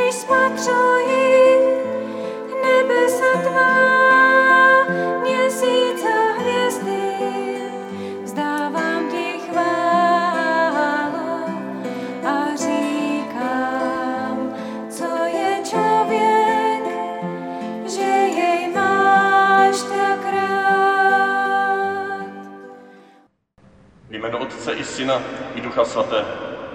když spatřuji nebesa tvá, měsíc a hvězdy, vzdávám ti chválu a říkám, co je člověk, že jej máš tak rád. V jménu Otce i Syna i Ducha Svatého.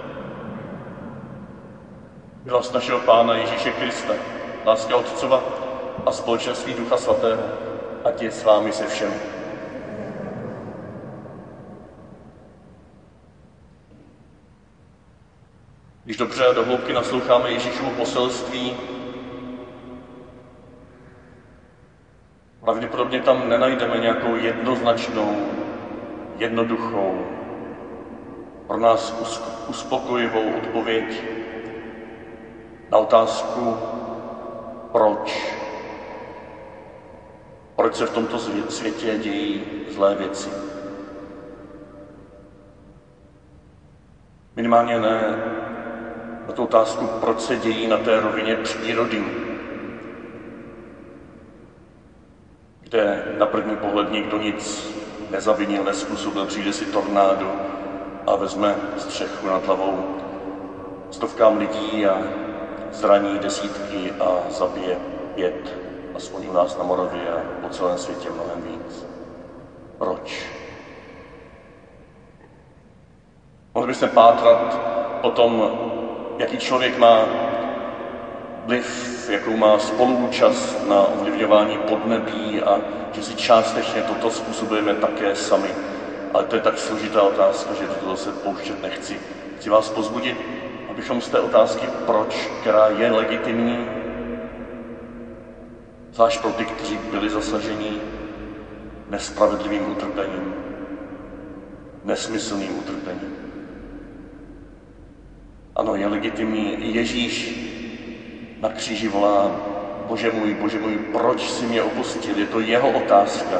Milost našeho Pána Ježíše Krista, láska Otcova a společenství Ducha Svatého, ať je s vámi se všemi. Když dobře a do hloubky nasloucháme Ježíšovu poselství, pravděpodobně tam nenajdeme nějakou jednoznačnou, jednoduchou, pro nás uspokojivou odpověď na otázku, proč. Proč se v tomto světě dějí zlé věci. Minimálně ne na tu otázku, proč se dějí na té rovině přírody, kde na první pohled nikdo nic nezavinil, nezpůsobil, přijde si tornádo a vezme střechu nad hlavou stovkám lidí a zraní desítky a zabije 5, aspoň u nás na Moravě a po celém světě mnohem víc. Proč? Mohli bychom pátrat o tom, jaký člověk má vliv, jakou má spoluúčast na ovlivňování podnebí a že si částečně toto způsobujeme také sami. Ale to je tak složitá otázka, že do toho se pouštět nechci. Chci vás pozbudit, abychom z té otázky proč, která je legitimní, zvlášť pro ty, kteří byli zasaženi nespravedlivým utrpením, nesmyslným utrpením. Ano, je legitimní. Ježíš na kříži volá, Bože můj, proč jsi mě opustil? Je to jeho otázka.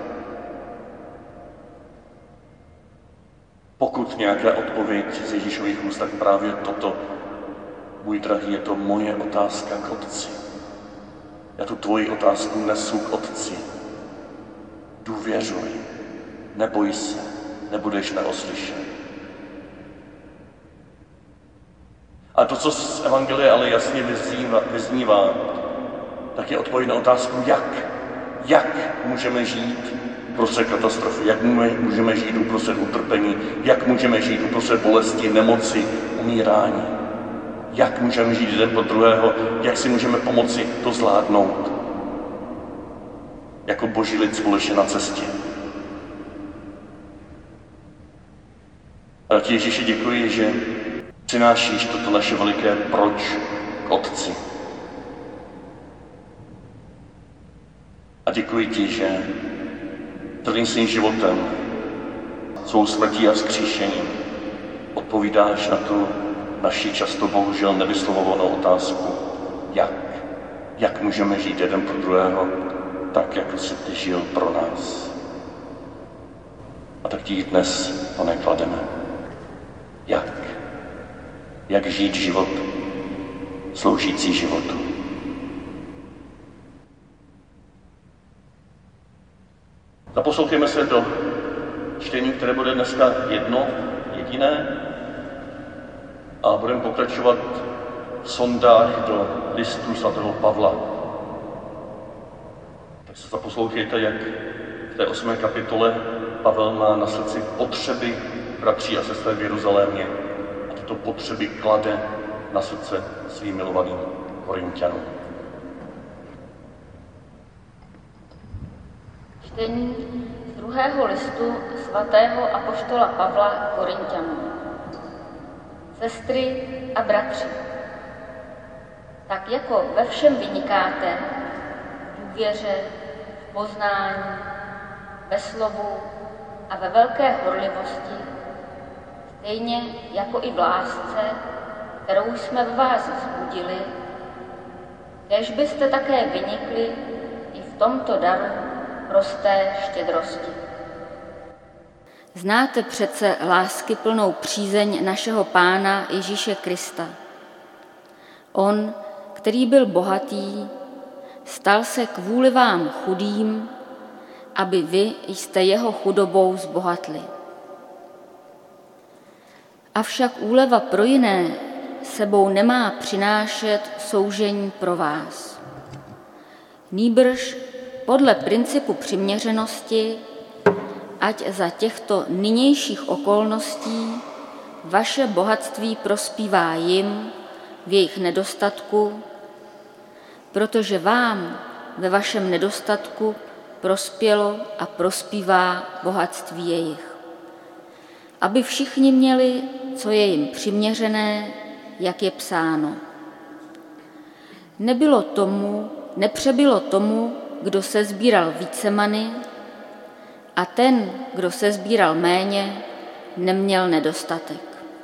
Pokud nějaká odpověď z Ježíšových úst, tak právě toto, můj drahý, je to moje otázka k Otci. Já tu tvoji otázku nesu k Otci. Důvěřuj, neboj se, nebudeš neoslyšen. A to, co z Evangelia ale jasně vyznívá, tak je odpověď na otázku jak. Jak můžeme žít uprostřed katastrofy, jak můžeme žít uprostřed utrpení, jak můžeme žít uprostřed bolesti, nemoci, umírání. Jak můžeme žít jeden pro druhého, jak si můžeme pomoci to zvládnout. Jako boží lid společně na cestě. A ti Ježíši děkuji, že přinášíš toto naše veliké proč k Otci. A děkuji ti, že celým svým životem, svou smrtí a vzkříšením odpovídáš na tu naši často bohužel nevyslovovanou otázku, jak. Jak můžeme žít jeden pro druhého, tak, jako jsi ty žil pro nás. A tak ti dnes, Pane, klademe. Jak? Jak žít život sloužící životu. Zaposlouchejme se do čtení, které bude dneska jediné a budeme pokračovat v sondách do listu svatého Pavla. Tak se zaposlouchejte, jak v té 8. kapitole Pavel má na srdci potřeby bratří a sester v Jeruzalémě a tyto potřeby klade na srdce svým milovaným Korinťanům. Čtení z 2. listu svatého apoštola Pavla Korinťanům. Sestry a bratři, tak jako ve všem vynikáte, v důvěře, v poznání, ve slovu a ve velké horlivosti, stejně jako i v lásce, kterou jsme v vás vzbudili, kéž byste také vynikli i v tomto daru prosté štědrosti. Znáte přece láskyplnou přízeň našeho Pána Ježíše Krista. On, který byl bohatý, stal se kvůli vám chudým, aby vy jste jeho chudobou zbohatli. Avšak úleva pro jiné sebou nemá přinášet soužení pro vás. Nýbrž podle principu přiměřenosti, ať za těchto nynějších okolností vaše bohatství prospívá jim v jejich nedostatku, protože vám ve vašem nedostatku prospělo a prospívá bohatství jejich. Aby všichni měli, co je jim přiměřené, jak je psáno. Nepřebylo tomu, kdo sesbíral vícemany, a ten, kdo sesbíral méně, neměl nedostatek.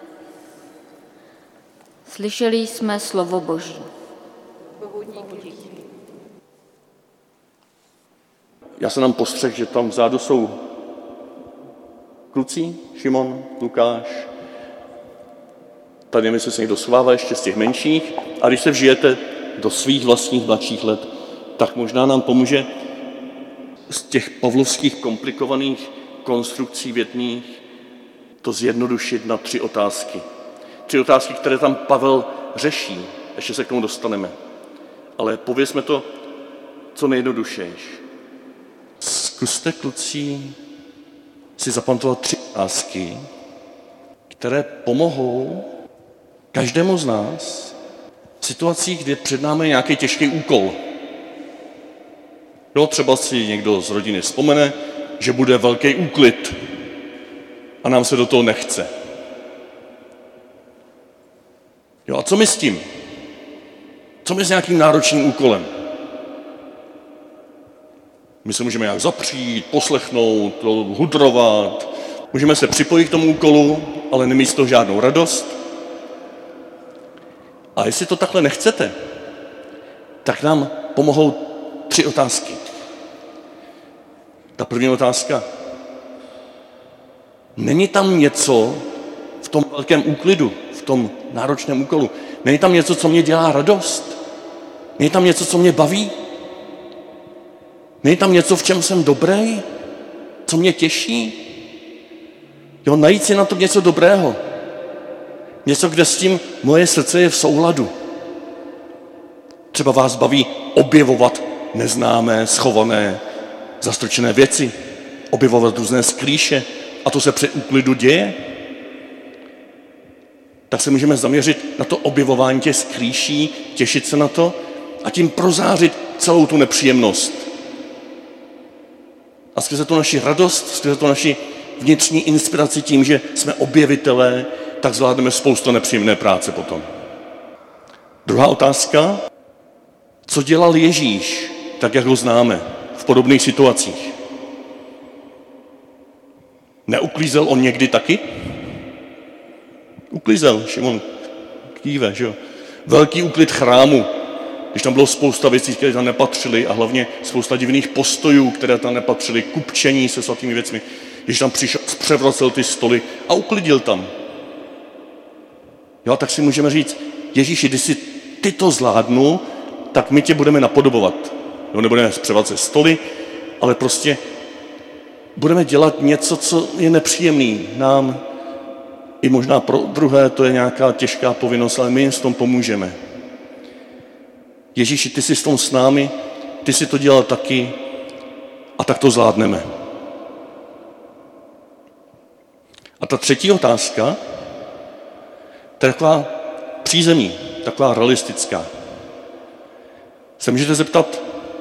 Slyšeli jsme slovo Boží. Já jsem nám postřehl, že tam vzadu jsou kluci, Šimon, Lukáš. Tady nevím, jestli se někdo schovává ještě z těch menších. A když se vžijete do svých vlastních mladších let, tak možná nám pomůže z těch pavlovských komplikovaných konstrukcí větných to zjednodušit na 3 otázky. 3 otázky, které tam Pavel řeší. Ještě se k tomu dostaneme. Ale povězme to co nejjednodušejš. Zkuste, kluci, si zapamatovat 3 otázky, které pomohou každému z nás v situacích, kdy před námi je nějaký těžký úkol. No, třeba si někdo z rodiny vzpomene, že bude velký úklid a nám se do toho nechce. Jo, a co my s tím? Co my s nějakým náročným úkolem? My se můžeme nějak zapřít, poslechnout, hudrovat, můžeme se připojit k tomu úkolu, ale nemít z toho žádnou radost. A jestli to takhle nechcete, tak nám pomohou 3 otázky. Ta první otázka. Není tam něco v tom velkém úklidu, v tom náročném úkolu? Není tam něco, co mě dělá radost? Není tam něco, co mě baví? Není tam něco, v čem jsem dobrý? Co mě těší? Jo, najít si na tom něco dobrého. Něco, kde s tím moje srdce je v souladu. Třeba vás baví objevovat neznámé, schované, zastrčené věci, objevovat různé sklíše, a to se při úklidu děje. Tak se můžeme zaměřit na to objevování těch sklíší, těšit se na to a tím prozářit celou tu nepříjemnost. A skrze tu naši radost, skrze tu naši vnitřní inspiraci tím, že jsme objevitelé, tak zvládneme spoustu nepříjemné práce potom. Druhá otázka. Co dělal Ježíš, tak jak ho známe, v podobných situacích? Neuklízel on někdy taky? Uklízel, Šimon kýve, že jo? Velký úklid chrámu, když tam bylo spousta věcí, které tam nepatřily a hlavně spousta divných postojů, které tam nepatřily, kupčení se svatými věcmi. Když tam přišel, převracel ty stoly a uklidil tam. Jo, tak si můžeme říct, Ježíši, když si ty to zvládnu, tak my tě budeme napodobovat. Jo, nebudeme převracet stoly, ale prostě budeme dělat něco, co je nepříjemný nám. I možná pro druhé to je nějaká těžká povinnost, ale my jim s tom pomůžeme. Ježíši, ty jsi s tom s námi, ty jsi to dělal taky a tak to zvládneme. A ta třetí otázka, to je taková přízemní, taková realistická. Se můžete zeptat,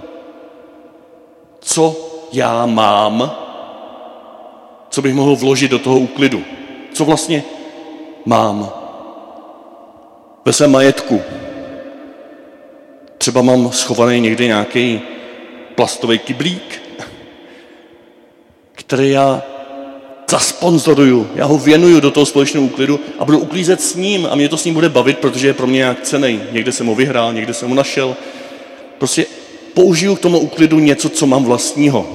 co já mám, co bych mohl vložit do toho úklidu. Co vlastně mám ve svém majetku. Třeba mám schovaný někdy nějaký plastový kyblík, který já zasponzoruju, já ho věnuju do toho společného úklidu a budu uklízet s ním a mě to s ním bude bavit, protože je pro mě nějak cenný. Někde jsem ho vyhrál, někde jsem ho našel. Prostě použiju k tomu úklidu něco, co mám vlastního.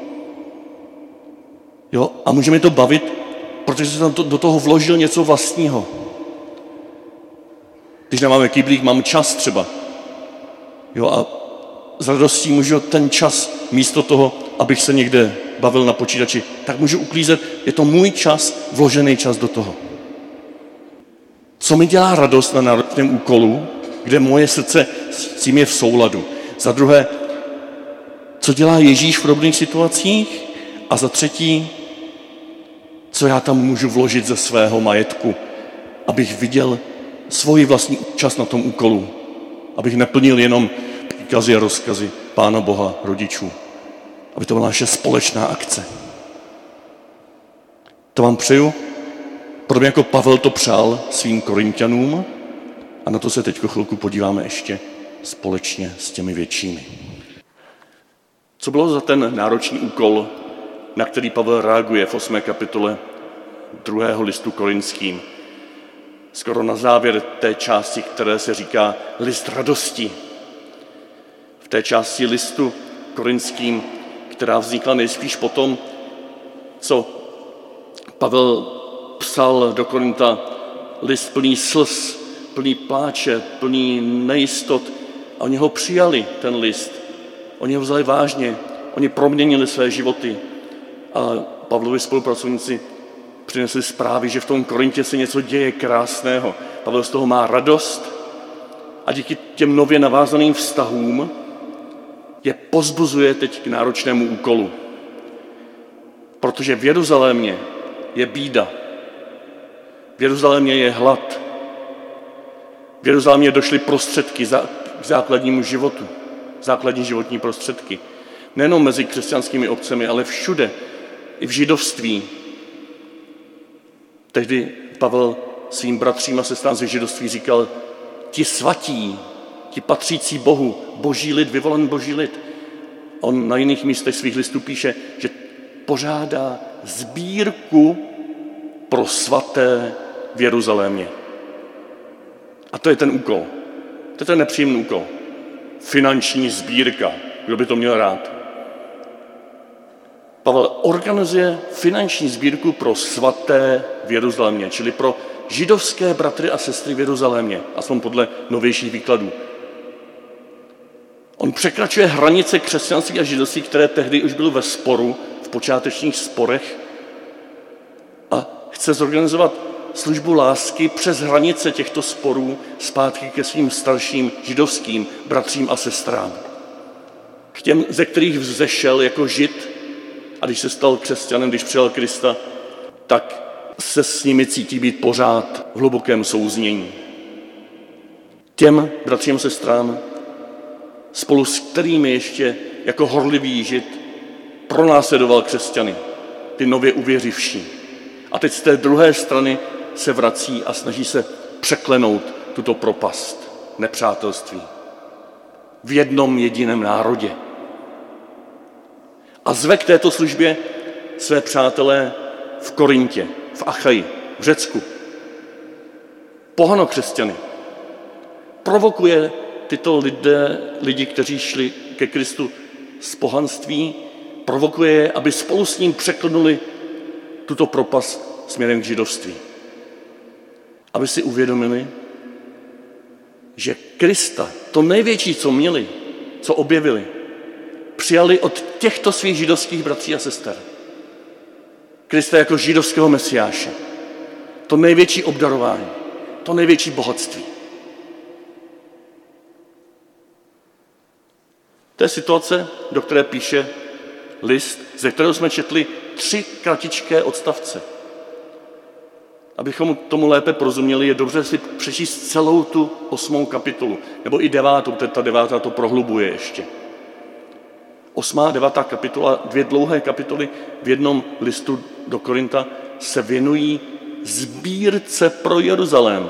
Jo? A může mi to bavit, protože jsem do toho vložil něco vlastního. Když nemáme kyblík, mám čas třeba. Jo, a s radostí můžu ten čas, místo toho, abych se někde bavil na počítači, tak můžu uklízet, je to můj čas, vložený čas do toho. Co mi dělá radost na náročném úkolu, kde moje srdce s tím je v souladu. Za druhé, co dělá Ježíš v podobných situacích, a za třetí, co já tam můžu vložit ze svého majetku, abych viděl svůj vlastní účast na tom úkolu, abych neplnil jenom příkazy a rozkazy Pána Boha, rodičů, aby to byla naše společná akce. To vám přeju, podobně jako Pavel to přál svým Korinťanům, a na to se teď chvilku podíváme ještě společně s těmi většími. Co bylo za ten náročný úkol, na který Pavel reaguje v 8. kapitole 2. listu Korinským? Skoro na závěr té části, které se říká list radosti. V té části listu Korinským, která vznikla nejspíš potom, co Pavel psal do Korinta list plný slz, plný pláče, plný nejistot, a oni ho přijali, ten list. Oni ho vzali vážně, oni proměnili své životy. A Pavlovi spolupracovníci přinesli zprávy, že v tom Korintě se něco děje krásného. Pavel z toho má radost a díky těm nově navázaným vztahům je povzbuzuje teď k náročnému úkolu. Protože v Jeruzalémě je bída. V Jeruzalémě je hlad. V Jeruzalémě došly prostředky k základnímu životu. Základní životní prostředky. Nejenom mezi křesťanskými obcemi, ale všude. I v židovství. Tehdy Pavel svým bratřím a sestrám ze židovství říkal, ti svatí, ti patřící Bohu, boží lid, vyvolen boží lid. On na jiných místech svých listů píše, že pořádá sbírku pro svaté v Jeruzalémě. A to je ten úkol. To je ten nepříjemný úkol. Finanční sbírka. Kdo by to měl rád? Pavel organizuje finanční sbírku pro svaté v Jeruzalémě, čili pro židovské bratry a sestry v Jeruzalémě, aspoň podle novějších výkladů. On překračuje hranice křesťanství a židovství, které tehdy už byly ve sporu, v počátečních sporech, a chce zorganizovat službu lásky přes hranice těchto sporů zpátky ke svým starším židovským bratřím a sestrám. K těm, ze kterých vzešel jako žid, a když se stal křesťanem, když přijal Krista, tak se s nimi cítí být pořád v hlubokém souznění. Těm bratřím a sestrám, spolu s kterými ještě jako horlivý žid pronásledoval křesťany, ty nově uvěřivší. A teď z té druhé strany se vrací a snaží se překlenout tuto propast nepřátelství v jednom jediném národě. A zve k této službě své přátelé v Korintě, v Achaji, v Řecku. Pohanokřesťany. Provokuje tyto lidi, kteří šli ke Kristu z pohanství, provokuje je, aby spolu s ním překlenuli tuto propast směrem k židovství. Aby si uvědomili, že Krista, to největší, co měli, co objevili, přijali od těchto svých židovských bratří a sester. Krista jako židovského mesiáše. To největší obdarování, to největší bohatství. To je situace, do které píše list, ze kterého jsme četli 3 kratičké odstavce. Abychom tomu lépe porozuměli, je dobře si přečíst celou tu 8. kapitolu, nebo i 9., protože ta 9. to prohlubuje ještě. 8. a 9. kapitola, 2 dlouhé kapitoly v jednom listu do Korinta se věnují sbírce pro Jeruzalém.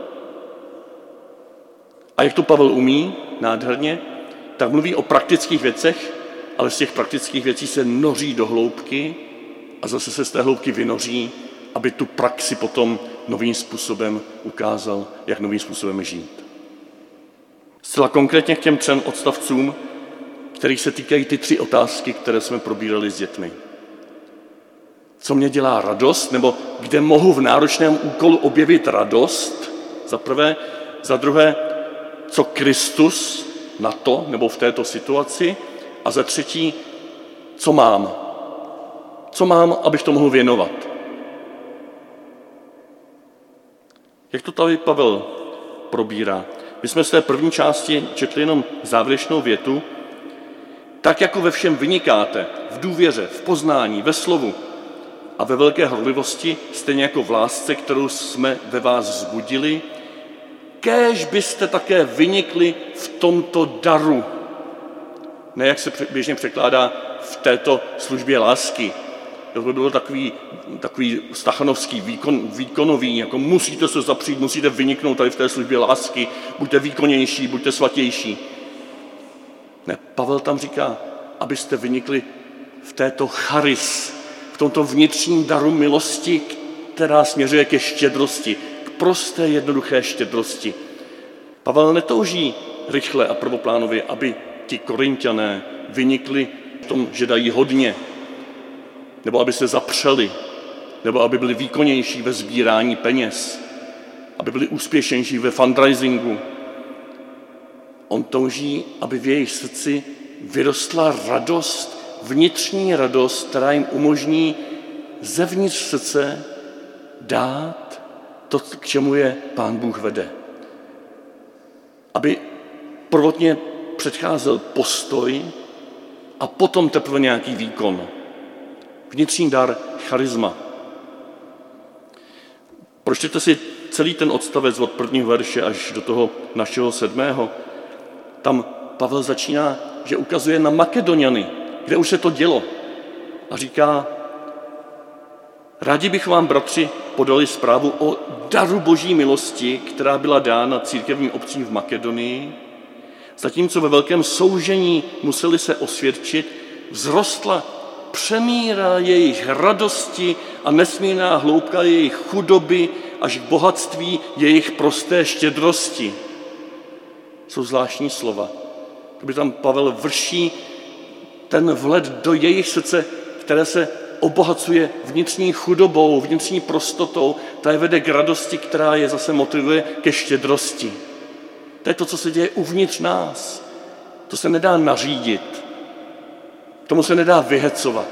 A jak to Pavel umí nádherně, tak mluví o praktických věcech, ale z těch praktických věcí se noří do hloubky a zase se z té hloubky vynoří, aby tu praxi potom novým způsobem ukázal, jak novým způsobem žít. Zcela konkrétně k těm 3 odstavcům, kterých se týkají ty 3 otázky, které jsme probírali s dětmi. Co mě dělá radost, nebo kde mohu v náročném úkolu objevit radost, za prvé. Za druhé, co Kristus na to nebo v této situaci a za třetí, co mám. Co mám, abych to mohl věnovat. Jak to tady Pavel probírá? My jsme z té první části četli jenom závěrečnou větu. Tak jako ve všem vynikáte, v důvěře, v poznání, ve slovu a ve velké horlivosti, stejně jako v lásce, kterou jsme ve vás vzbudili, kéž byste také vynikli v tomto daru. Ne, jak se běžně překládá v této službě lásky. To by bylo takový stachanovský, výkonový, jako musíte se zapřít, musíte vyniknout tady v té službě lásky, buďte výkonnější, buďte svatější. Ne, Pavel tam říká, abyste vynikli v této charis, v tomto vnitřním daru milosti, která směřuje ke štědrosti, k prosté, jednoduché štědrosti. Pavel netouží rychle a prvoplánově, aby ti Korinťané vynikli v tom, že dají hodně, nebo aby se zapřeli, nebo aby byli výkonnější ve sbírání peněz, aby byli úspěšnější ve fundraisingu. On touží, aby v jejich srdci vyrostla radost, vnitřní radost, která jim umožní zevnitř srdce dát to, k čemu je Pán Bůh vede. Aby prvotně předcházel postoj a potom teprve nějaký výkon. Vnitřní dar, charisma. Pročtěte si celý ten odstavec od prvního verše až do toho našeho 7. Tam Pavel začíná, že ukazuje na Makedoniany, kde už se to dělo. A říká, rádi bych vám, bratři, podali zprávu o daru boží milosti, která byla dána církevním obcím v Makedonii. Zatímco ve velkém soužení museli se osvědčit, vzrostla přemíra jejich radosti a nesmírná hloubka jejich chudoby až k bohatství jejich prosté štědrosti. Jsou zvláštní slova. Kdyby tam Pavel vrší ten vhled do jejich srdce, které se obohacuje vnitřní chudobou, vnitřní prostotou, ta je vede k radosti, která je zase motivuje ke štědrosti. To je to, co se děje uvnitř nás. To se nedá nařídit. Tomu se nedá vyhecovat.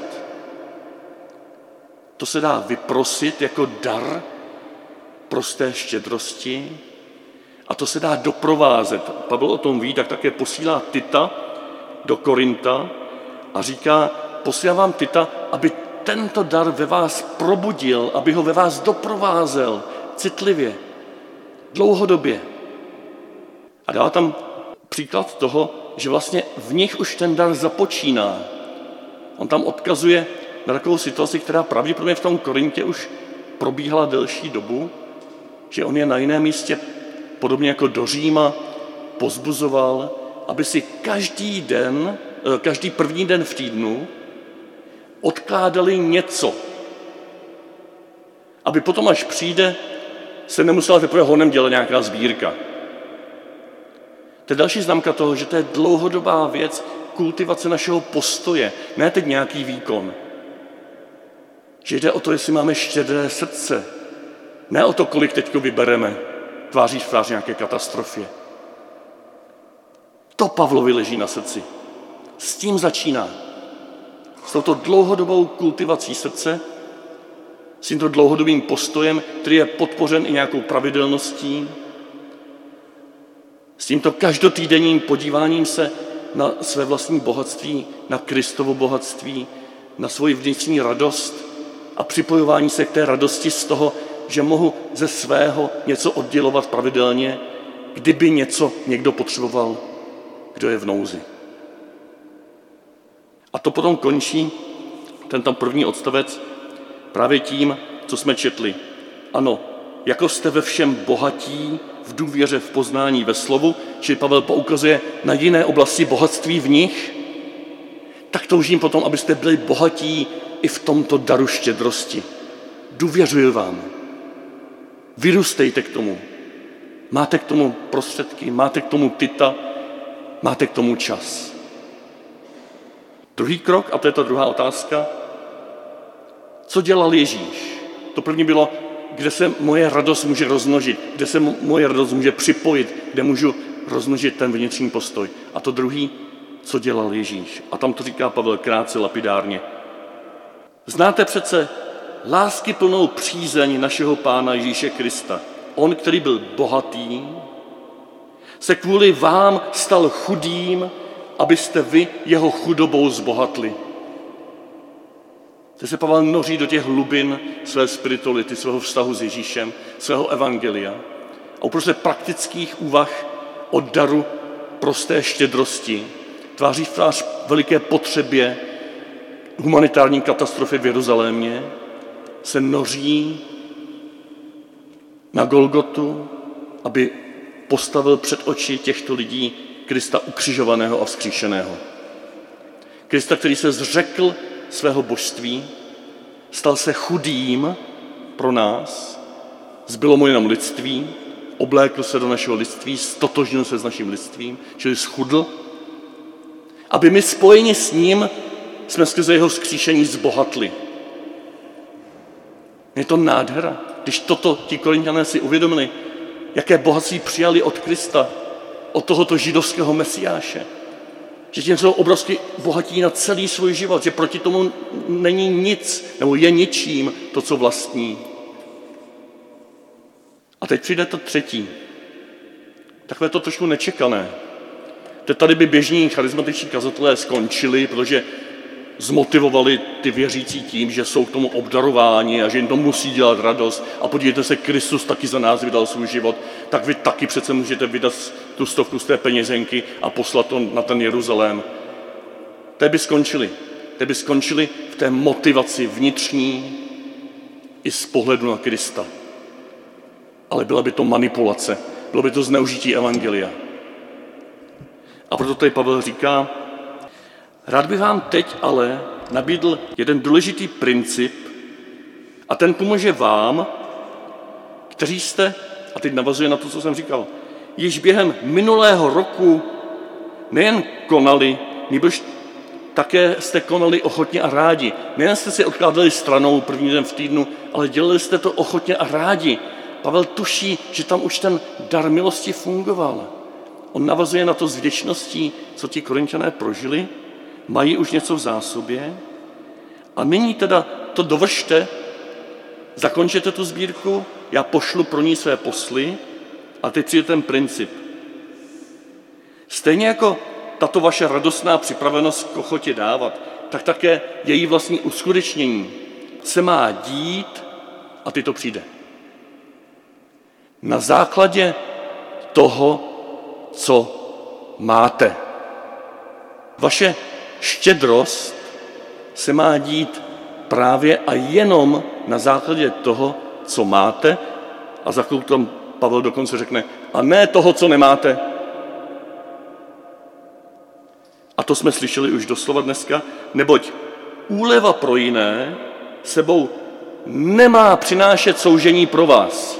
To se dá vyprosit jako dar prosté štědrosti a to se dá doprovázet. Pavel o tom ví, tak také posílá Tita do Korinta a říká, posílám vám Tita, aby tento dar ve vás probudil, aby ho ve vás doprovázel citlivě, dlouhodobě. A dá tam příklad toho, že vlastně v nich už ten dar započíná. On tam odkazuje na takovou situaci, která pravděpodobně v tom Korintě už probíhala delší dobu, že on je na jiném místě, podobně jako do Říma, pozbuzoval, aby si každý první den v týdnu odkládali něco. Aby potom, až přijde, se nemusela teprve honem dělat nějaká sbírka. To je další známka toho, že to je dlouhodobá věc, kultivace našeho postoje, ne teď nějaký výkon. Že jde o to, jestli máme štědré srdce, ne o to, kolik teďko vybereme, tváří v tvář nějaké katastrofě. To Pavlovi leží na srdci. S tím začíná. S touto dlouhodobou kultivací srdce, s tímto dlouhodobým postojem, který je podpořen i nějakou pravidelností, s tímto každotýdenním podíváním se na své vlastní bohatství, na Kristovo bohatství, na svoji vnitřní radost a připojování se k té radosti z toho, že mohu ze svého něco oddělovat pravidelně, kdyby něco někdo potřeboval, kdo je v nouzi. A to potom končí tento první odstavec právě tím, co jsme četli. Ano, jako jste ve všem bohatí, v důvěře, v poznání, ve slovu, čili Pavel poukazuje na jiné oblasti bohatství v nich, tak toužím potom, abyste byli bohatí i v tomto daru štědrosti. Důvěřuji vám. Vyrůstejte k tomu. Máte k tomu prostředky, máte k tomu Tita, máte k tomu čas. Druhý krok, a to je ta druhá otázka, co dělal Ježíš? To první bylo, kde se moje radost může rozmnožit, kde se moje radost může připojit, kde můžu rozmnožit ten vnitřní postoj. A to druhý, co dělal Ježíš. A tam to říká Pavel krátce lapidárně. Znáte přece láskyplnou přízeň našeho Pána Ježíše Krista. On, který byl bohatý, se kvůli vám stal chudým, abyste vy jeho chudobou zbohatli. Teď se Pavel noří do těch hlubin své spirituality, svého vztahu s Ježíšem, svého evangelia a uprostřed praktických úvah o daru prosté štědrosti tváří v tvář veliké potřebě humanitární katastrofy v Jeruzalémě se noří na Golgotu, aby postavil před oči těchto lidí Krista ukřižovaného a vzkříšeného. Krista, který se zřekl svého božství, stal se chudým pro nás, zbylo mu jenom lidství, oblékl se do našeho lidství, stotožnil se s naším lidstvím, čili schudl, aby my spojeni s ním jsme skrze jeho vzkříšení zbohatli. Je to nádhera, když toto ti Korinťané si uvědomili, jaké bohatství přijali od Krista, od tohoto židovského mesiáše. Že tím jsou obrovsky bohatí na celý svůj život, že proti tomu není nic, nebo je ničím to, co vlastní. A teď přijde to třetí. Takové to trošku nečekané. Tady by běžní charismatiční kazatelé skončili, protože zmotivovali ty věřící tím, že jsou k tomu obdarováni a že jim to musí dělat radost. A podívejte se, Kristus taky za nás vydal svůj život, tak vy taky přece můžete vydat tu 100 z té peněženky a poslat to na ten Jeruzalém. Té by skončili v té motivaci vnitřní i z pohledu na Krista. Ale byla by to manipulace, bylo by to zneužití evangelia. A proto tady Pavel říká, rád bych vám teď ale nabídl jeden důležitý princip a ten pomůže vám, kteří jste, a teď navazuje na to, co jsem říkal, již během minulého roku nejen konali, nebož také jste konali ochotně a rádi. Nejen jste si odkládali stranou první den v týdnu, ale dělali jste to ochotně a rádi. Pavel tuší, že tam už ten dar milosti fungoval. On navazuje na to s vděčností, co ti Korinťané prožili, mají už něco v zásobě a nyní teda to dovršte, zakončete tu sbírku, já pošlu pro ní své posly a teď přijde ten princip. Stejně jako tato vaše radostná připravenost k ochotě dávat, tak také její vlastní uskutečnění se má dít a teď to přijde. Na základě toho, co máte. Vaše štědrost se má dít právě a jenom na základě toho, co máte, a za chvilku tam Pavel dokonce řekne, a ne toho, co nemáte. A to jsme slyšeli už doslova dneska, neboť úleva pro jiné sebou nemá přinášet soužení pro vás.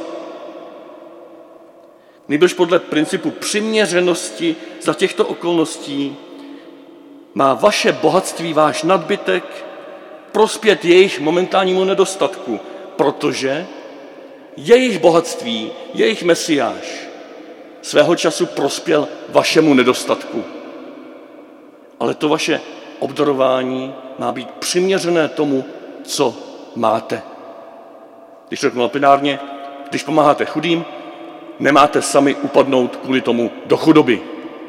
Nýbrž podle principu přiměřenosti za těchto okolností má vaše bohatství, váš nadbytek, prospět jejich momentálnímu nedostatku, protože jejich bohatství, jejich mesiáš svého času prospěl vašemu nedostatku. Ale to vaše obdarování má být přiměřené tomu, co máte. Když řeknu lapidárně, když pomáháte chudým, nemáte sami upadnout kvůli tomu do chudoby.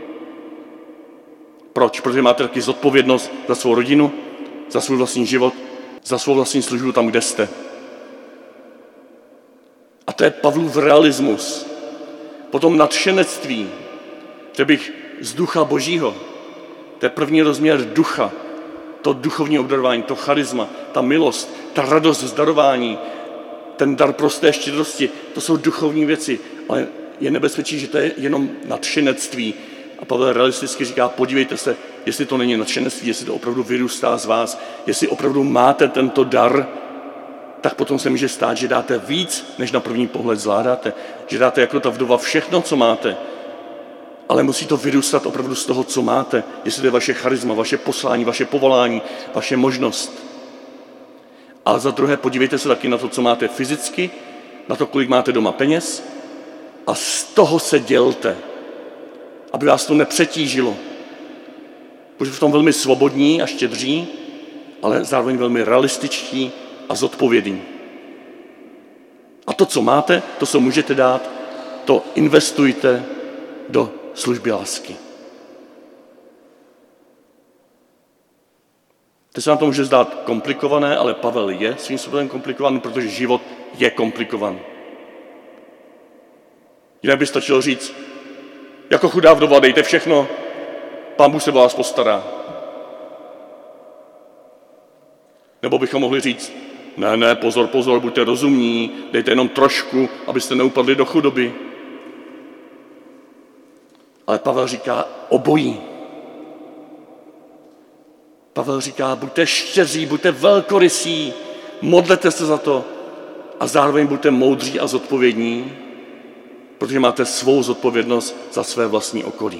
Proč? Protože máte taky zodpovědnost za svou rodinu, za svůj vlastní život, za svou vlastní službu tam, kde jste. A to je Pavlův realismus. Potom nadšenectví, že bych z ducha božího, to je první rozměr ducha, to duchovní obdarování, to charisma, ta milost, ta radost z darování, ten dar prosté štědrosti, to jsou duchovní věci, ale je nebezpečí, že to je jenom nadšenectví. A Pavel realisticky říká, podívejte se, jestli to není nadšenectví, jestli to opravdu vyrůstá z vás, jestli opravdu máte tento dar, tak potom se může stát, že dáte víc, než na první pohled zvládáte. Že dáte jako ta vdova všechno, co máte, ale musí to vyrůstat opravdu z toho, co máte, jestli to je vaše charisma, vaše poslání, vaše povolání, vaše možnost. A za druhé, podívejte se taky na to, co máte fyzicky, na to, kolik máte doma peněz a z toho se dělte. aby vás to nepřetížilo. Buďte v tom velmi svobodní a štědří, ale zároveň velmi realističtí a zodpovědní. A to, co máte, to, co můžete dát, to investujte do služby lásky. Teď se nám to může zdát komplikované, ale Pavel je svým způsobem komplikovaný, protože život je komplikovaný. Jinak by stačilo říct, jako chudá vdova dejte všechno, Pán Bůh se o vás postará. Nebo bychom mohli říct, ne, pozor, buďte rozumní, dejte jenom trošku, abyste neupadli do chudoby. Ale Pavel říká obojí. Pavel říká, buďte štědří, buďte velkorysí, modlete se za to a zároveň buďte moudří a zodpovědní, protože máte svou zodpovědnost za své vlastní okolí.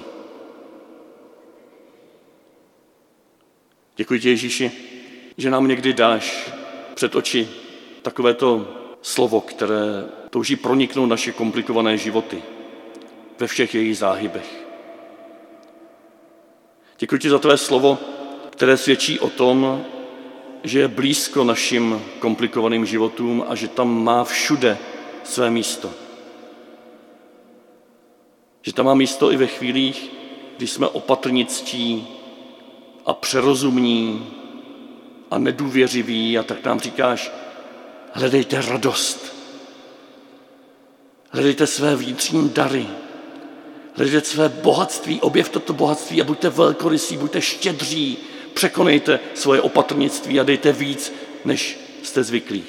Děkuji ti, Ježíši, že nám někdy dáš před oči takovéto slovo, které touží proniknout naše komplikované životy ve všech jejich záhybech. Děkuji ti za tvé slovo, které svědčí o tom, že je blízko našim komplikovaným životům a že tam má všude své místo. Že tam má místo i ve chvílích, kdy jsme opatrnictí a přerozumní a nedůvěřiví a tak nám říkáš, hledejte radost, hledejte své vnitřní dary, hledejte své bohatství, objevte to bohatství a buďte velkorysí, buďte štědří, překonejte svoje opatrnictví a dejte víc, než jste zvyklí.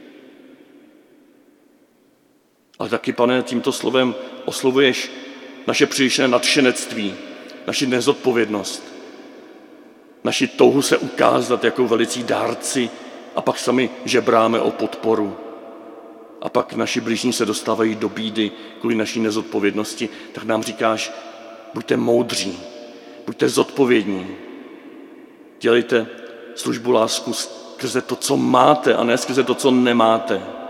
Ale taky, Pane, tímto slovem oslovuješ naše přílišné nadšenectví, naši nezodpovědnost, naši touhu se ukázat jako velicí dárci a pak sami žebráme o podporu. A pak naši blížní se dostávají do bídy kvůli naší nezodpovědnosti, tak nám říkáš, buďte moudří, buďte zodpovědní, dělejte službu lásku skrze to, co máte a ne skrze to, co nemáte.